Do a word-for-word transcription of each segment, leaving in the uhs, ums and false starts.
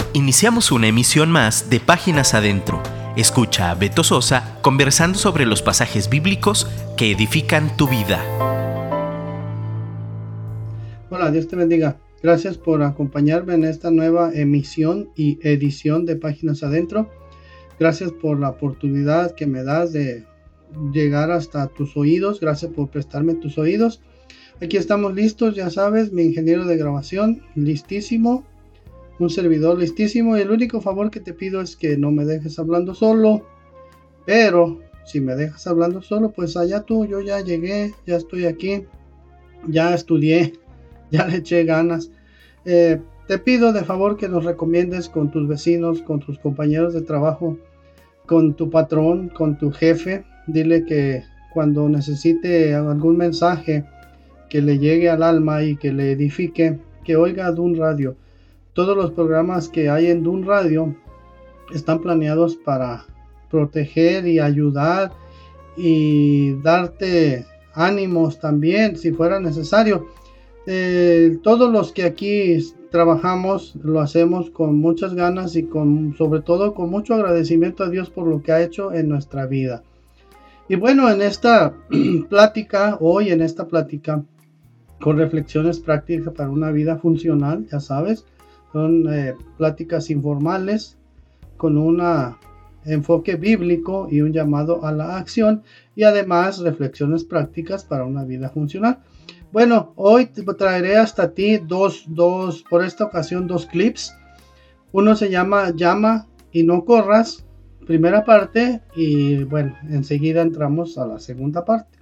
Iniciamos una emisión más de Páginas Adentro. Escucha a Beto Sosa conversando sobre los pasajes bíblicos que edifican tu vida. Hola, Dios te bendiga. Gracias por acompañarme en esta nueva emisión y edición de Páginas Adentro. Gracias por la oportunidad que me das de llegar hasta tus oídos. Gracias por prestarme tus oídos. Aquí estamos listos, ya sabes, mi ingeniero de grabación, listísimo. Un servidor listísimo, y el único favor que te pido es que no me dejes hablando solo. Pero si me dejas hablando solo, pues allá tú, yo ya llegué, ya estoy aquí, ya estudié, ya le eché ganas. Eh, te pido de favor que nos recomiendes con tus vecinos, con tus compañeros de trabajo, con tu patrón, con tu jefe. Dile que cuando necesite algún mensaje que le llegue al alma y que le edifique, que oiga Dun Radio. Todos los programas que hay en Dun Radio están planeados para proteger y ayudar y darte ánimos también si fuera necesario. Eh, todos los que aquí trabajamos lo hacemos con muchas ganas y con, sobre todo con mucho agradecimiento a Dios por lo que ha hecho en nuestra vida. Y bueno, en esta plática, hoy en esta plática con reflexiones prácticas para una vida funcional, ya sabes, son eh, pláticas informales con un enfoque bíblico y un llamado a la acción, y además reflexiones prácticas para una vida funcional. Bueno, hoy te traeré hasta ti dos, dos, por esta ocasión, dos clips. Uno se llama Llama y no corras, primera parte, y bueno, enseguida entramos a la segunda parte.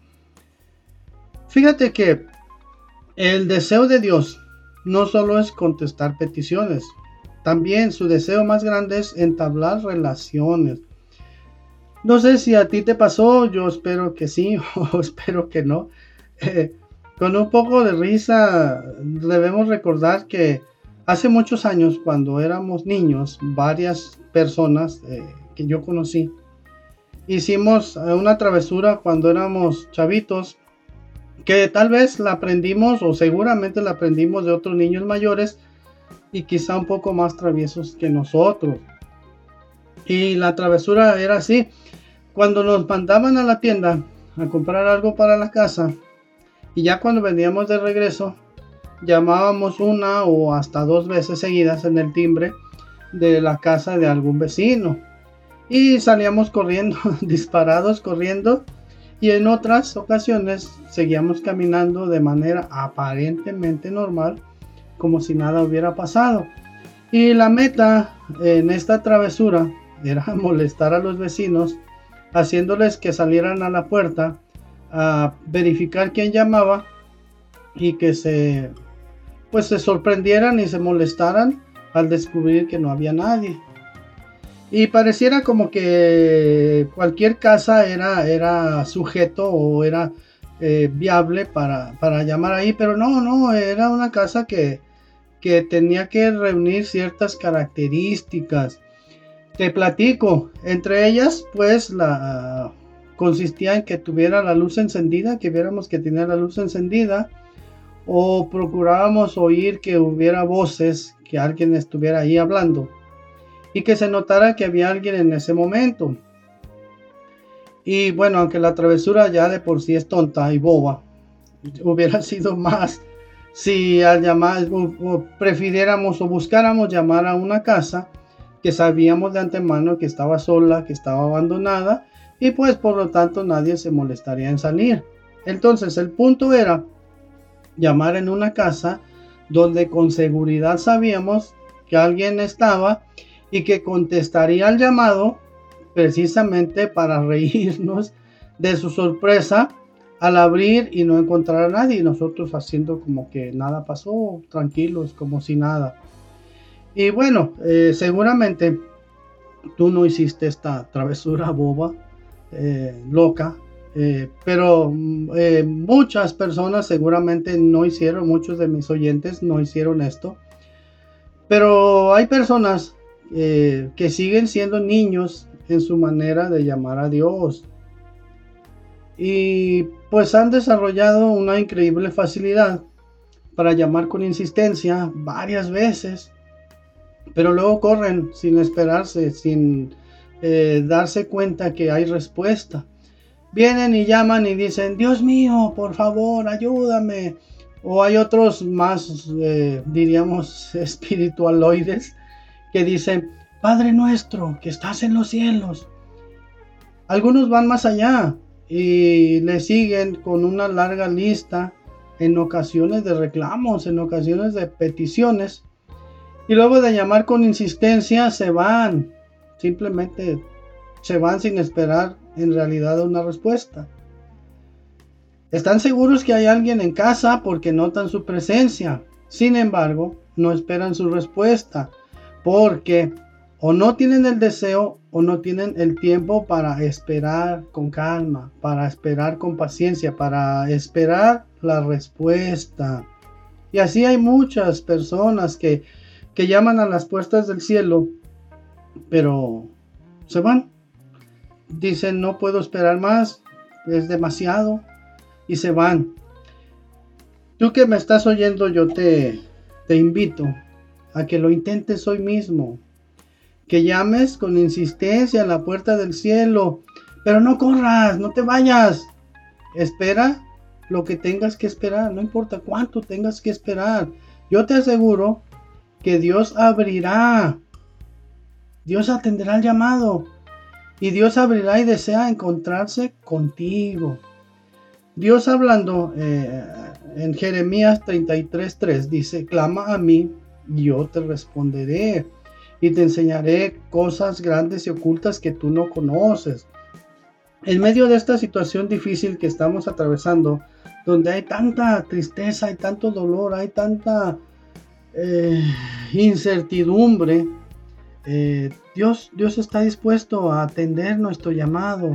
Fíjate que el deseo de Dios no solo es contestar peticiones, también su deseo más grande es entablar relaciones. No sé si a ti te pasó, yo espero que sí o espero que no. Eh, con un poco de risa debemos recordar que hace muchos años, cuando éramos niños, varias personas eh, que yo conocí, hicimos una travesura cuando éramos chavitos, que tal vez la aprendimos o seguramente la aprendimos de otros niños mayores y quizá un poco más traviesos que nosotros. Y la travesura era así: cuando nos mandaban a la tienda a comprar algo para la casa, y ya cuando veníamos de regreso, llamábamos una o hasta dos veces seguidas en el timbre de la casa de algún vecino y salíamos corriendo, disparados corriendo. Y en otras ocasiones seguíamos caminando de manera aparentemente normal, como si nada hubiera pasado. Y la meta en esta travesura era molestar a los vecinos, haciéndoles que salieran a la puerta a verificar quién llamaba y que se, pues se sorprendieran y se molestaran al descubrir que no había nadie. Y pareciera como que cualquier casa era, era sujeto o era eh, viable para, para llamar ahí, pero no, no, era una casa que, que tenía que reunir ciertas características. Te platico, entre ellas, pues, la consistía en que tuviera la luz encendida, que viéramos que tenía la luz encendida, o procurábamos oír que hubiera voces, que alguien estuviera ahí hablando, y que se notara que había alguien en ese momento. Y bueno, aunque la travesura ya de por sí es tonta y boba, hubiera sido más si al llamar o, o prefiriéramos o buscáramos llamar a una casa que sabíamos de antemano que estaba sola, que estaba abandonada, y pues por lo tanto nadie se molestaría en salir. Entonces el punto era llamar en una casa donde con seguridad sabíamos que alguien estaba y que contestaría al llamado precisamente para reírnos de su sorpresa al abrir y no encontrar a nadie, y nosotros haciendo como que nada pasó, tranquilos, como si nada. Y bueno, eh, seguramente tú no hiciste esta travesura boba, eh, loca, eh, pero eh, muchas personas seguramente no hicieron, muchos de mis oyentes no hicieron esto, pero hay personas Eh, que siguen siendo niños en su manera de llamar a Dios, y pues han desarrollado una increíble facilidad para llamar con insistencia varias veces pero luego corren sin esperarse, sin eh, darse cuenta que hay respuesta. Vienen y llaman y dicen, Dios mío, por favor, ayúdame. O hay otros más, eh, diríamos, espiritualoides, que dicen, Padre nuestro, que estás en los cielos. Algunos van más allá y le siguen con una larga lista, en ocasiones de reclamos, en ocasiones de peticiones, y luego de llamar con insistencia se van, simplemente se van sin esperar en realidad una respuesta. Están seguros que hay alguien en casa porque notan su presencia, sin embargo, no esperan su respuesta, porque o no tienen el deseo o no tienen el tiempo para esperar con calma, para esperar con paciencia, para esperar la respuesta. Y así hay muchas personas que, que llaman a las puertas del cielo, pero se van. Dicen, no puedo esperar más, es demasiado, y se van. Tú que me estás oyendo, yo te, te invito a que lo intentes hoy mismo. Que llames con insistencia a la puerta del cielo, pero no corras, no te vayas. Espera lo que tengas que esperar, no importa cuánto tengas que esperar. Yo te aseguro que Dios abrirá, Dios atenderá el llamado y Dios abrirá y desea encontrarse contigo. Dios hablando eh, en Jeremías treinta y tres tres dice, clama a mí y yo te responderé. Y te enseñaré cosas grandes y ocultas que tú no conoces. En medio de esta situación difícil que estamos atravesando, donde hay tanta tristeza, hay tanto dolor, hay tanta eh, incertidumbre, eh, Dios, Dios está dispuesto a atender nuestro llamado.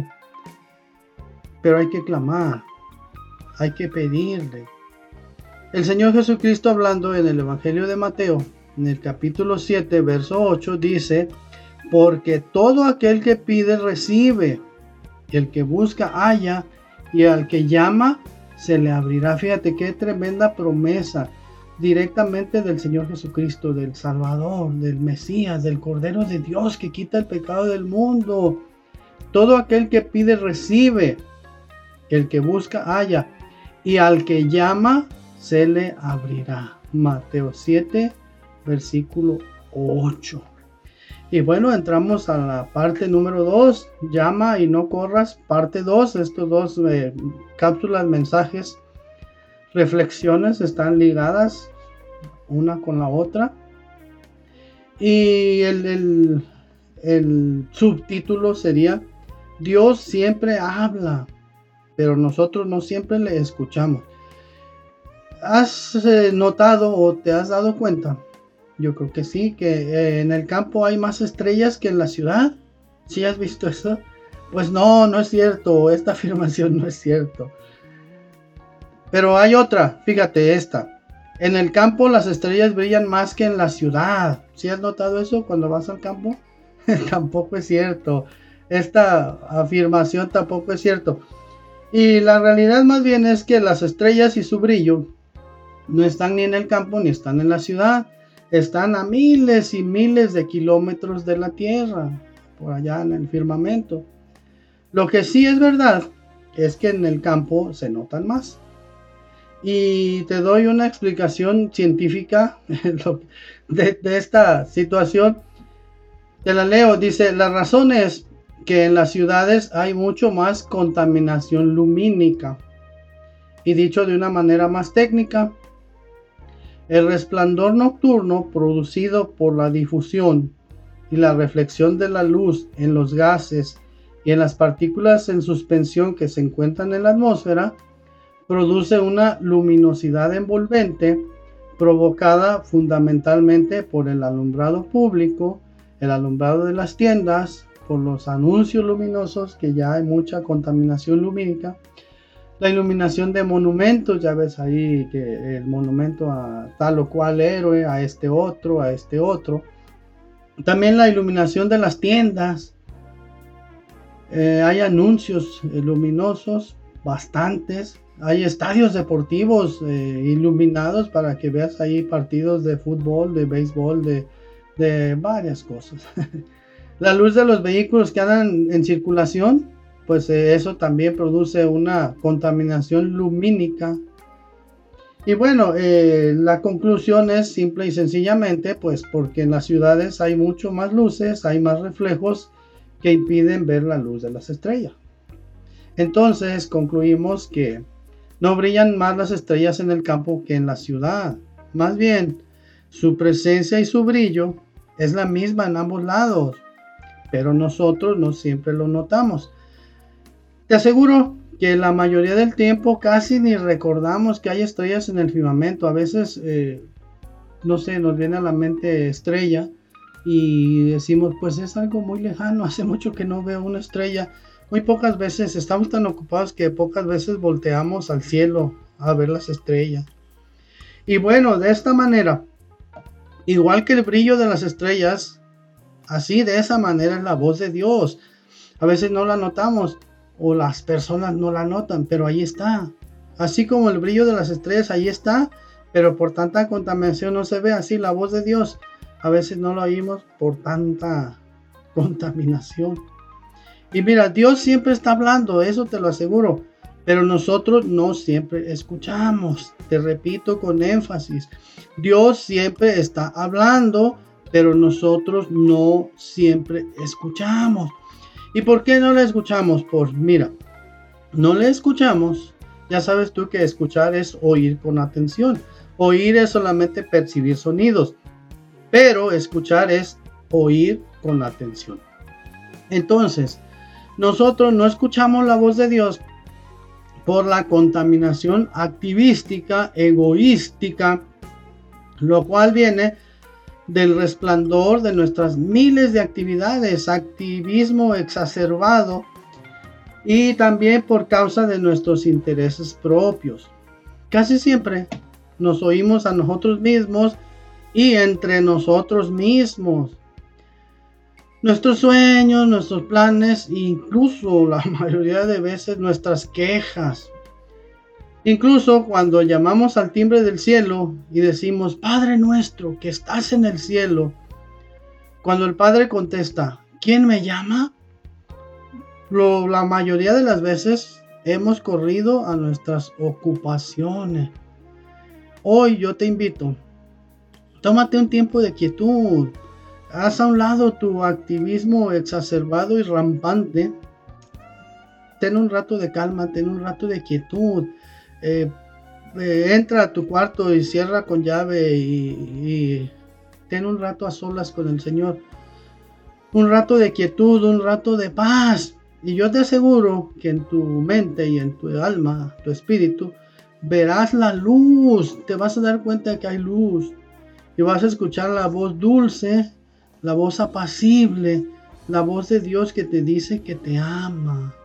Pero hay que clamar, hay que pedirle. El Señor Jesucristo, hablando en el Evangelio de Mateo, en el capítulo siete, verso ocho, dice, porque todo aquel que pide recibe, el que busca halla, y al que llama se le abrirá. Fíjate qué tremenda promesa, directamente del Señor Jesucristo, del Salvador, del Mesías, del Cordero de Dios que quita el pecado del mundo. Todo aquel que pide recibe, el que busca halla, y al que llama se le abrirá. Mateo siete, versículo ocho. Y bueno, entramos a la parte número dos, llama y no corras, parte dos. Estos dos eh, cápsulas, mensajes, reflexiones están ligadas una con la otra. Y el, el, el subtítulo sería, Dios siempre habla, pero nosotros no siempre le escuchamos. ¿Has eh, notado o te has dado cuenta? Yo creo que sí, que eh, en el campo hay más estrellas que en la ciudad. ¿Sí has visto eso? Pues no, no es cierto. Esta afirmación no es cierto. Pero hay otra, fíjate esta. En el campo las estrellas brillan más que en la ciudad. ¿Sí has notado eso cuando vas al campo? Tampoco es cierto. Esta afirmación tampoco es cierto. Y la realidad más bien es que las estrellas y su brillo no están ni en el campo ni están en la ciudad. Están a miles y miles de kilómetros de la Tierra, por allá en el firmamento. Lo que sí es verdad es que en el campo se notan más. Y te doy una explicación científica de, de esta situación. Te la leo. Dice, la razón es que en las ciudades hay mucho más contaminación lumínica. Y dicho de una manera más técnica, el resplandor nocturno producido por la difusión y la reflexión de la luz en los gases y en las partículas en suspensión que se encuentran en la atmósfera produce una luminosidad envolvente provocada fundamentalmente por el alumbrado público, el alumbrado de las tiendas, por los anuncios luminosos, que ya hay mucha contaminación lumínica, la iluminación de monumentos, ya ves ahí que el monumento a tal o cual héroe, a este otro, a este otro. También la iluminación de las tiendas. Eh, hay anuncios eh, luminosos, bastantes. Hay estadios deportivos eh, iluminados para que veas ahí partidos de fútbol, de béisbol, de, de varias cosas. La luz de los vehículos que andan en circulación, pues eh, eso también produce una contaminación lumínica. Y bueno, eh, la conclusión es simple y sencillamente, pues porque en las ciudades hay mucho más luces, hay más reflejos que impiden ver la luz de las estrellas. Entonces concluimos que no brillan más las estrellas en el campo que en la ciudad. Más bien, su presencia y su brillo es la misma en ambos lados, pero nosotros no siempre lo notamos. Te aseguro que la mayoría del tiempo casi ni recordamos que hay estrellas en el firmamento. A veces, eh, no sé, nos viene a la mente estrella y decimos, pues es algo muy lejano, hace mucho que no veo una estrella. Muy pocas veces, estamos tan ocupados que pocas veces volteamos al cielo a ver las estrellas. Y bueno, de esta manera, igual que el brillo de las estrellas, así de esa manera es la voz de Dios. A veces no la notamos o las personas no la notan, pero ahí está. Así como el brillo de las estrellas, ahí está, pero por tanta contaminación no se ve. Así la voz de Dios, a veces no la oímos por tanta contaminación. Y mira, Dios siempre está hablando, eso te lo aseguro, pero nosotros no siempre escuchamos. Te repito con énfasis, Dios siempre está hablando, pero nosotros no siempre escuchamos. ¿Y por qué no le escuchamos? Pues mira, no le escuchamos. Ya sabes tú que escuchar es oír con atención. Oír es solamente percibir sonidos, pero escuchar es oír con atención. Entonces, nosotros no escuchamos la voz de Dios por la contaminación activística, egoística, lo cual viene del resplandor de nuestras miles de actividades, activismo exacerbado, y también por causa de nuestros intereses propios. Casi siempre nos oímos a nosotros mismos y entre nosotros mismos. Nuestros sueños, nuestros planes, incluso la mayoría de veces nuestras quejas. Incluso cuando llamamos al timbre del cielo y decimos, Padre nuestro que estás en el cielo, cuando el Padre contesta, ¿quién me llama? Lo, la mayoría de las veces hemos corrido a nuestras ocupaciones. Hoy yo te invito, tómate un tiempo de quietud. Haz a un lado tu activismo exacerbado y rampante. Ten un rato de calma, ten un rato de quietud. Eh, eh, entra a tu cuarto y cierra con llave y, y ten un rato a solas con el Señor. Un rato de quietud, un rato de paz. Y yo te aseguro que en tu mente y en tu alma, tu espíritu, verás la luz. Te vas a dar cuenta de que hay luz. Y vas a escuchar la voz dulce, la voz apacible, la voz de Dios que te dice que te ama.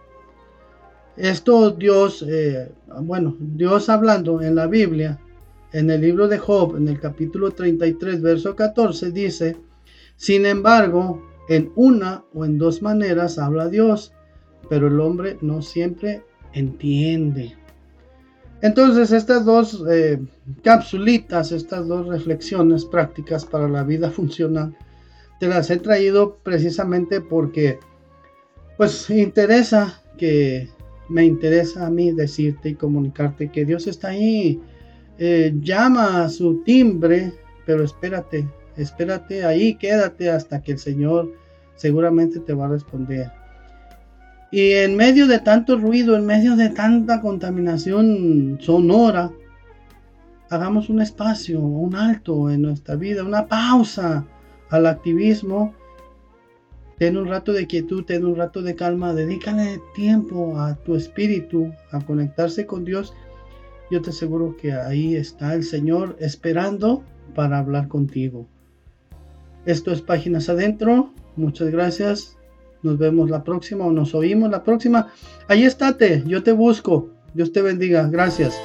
Esto Dios, eh, bueno, Dios hablando en la Biblia, en el libro de Job, en el capítulo treinta y tres, verso catorce, dice, sin embargo, en una o en dos maneras habla Dios, pero el hombre no siempre entiende. Entonces estas dos eh, capsulitas, estas dos reflexiones prácticas para la vida funcional, te las he traído precisamente porque pues interesa que me interesa a mí decirte y comunicarte que Dios está ahí. Eh, llama a su timbre, pero espérate, espérate ahí, quédate hasta que el Señor seguramente te va a responder. Y en medio de tanto ruido, en medio de tanta contaminación sonora, hagamos un espacio, un alto en nuestra vida, una pausa al activismo. Ten un rato de quietud, ten un rato de calma, dedícale tiempo a tu espíritu, a conectarse con Dios. Yo te aseguro que ahí está el Señor esperando para hablar contigo. Esto es Páginas Adentro. Muchas gracias. Nos vemos la próxima o nos oímos la próxima. Ahí estate, yo te busco. Dios te bendiga. Gracias.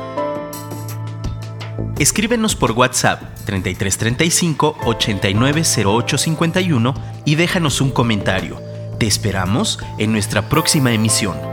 Escríbenos por WhatsApp treinta y tres treinta y cinco ochenta y nueve cero ocho cincuenta y uno y déjanos un comentario. Te esperamos en nuestra próxima emisión.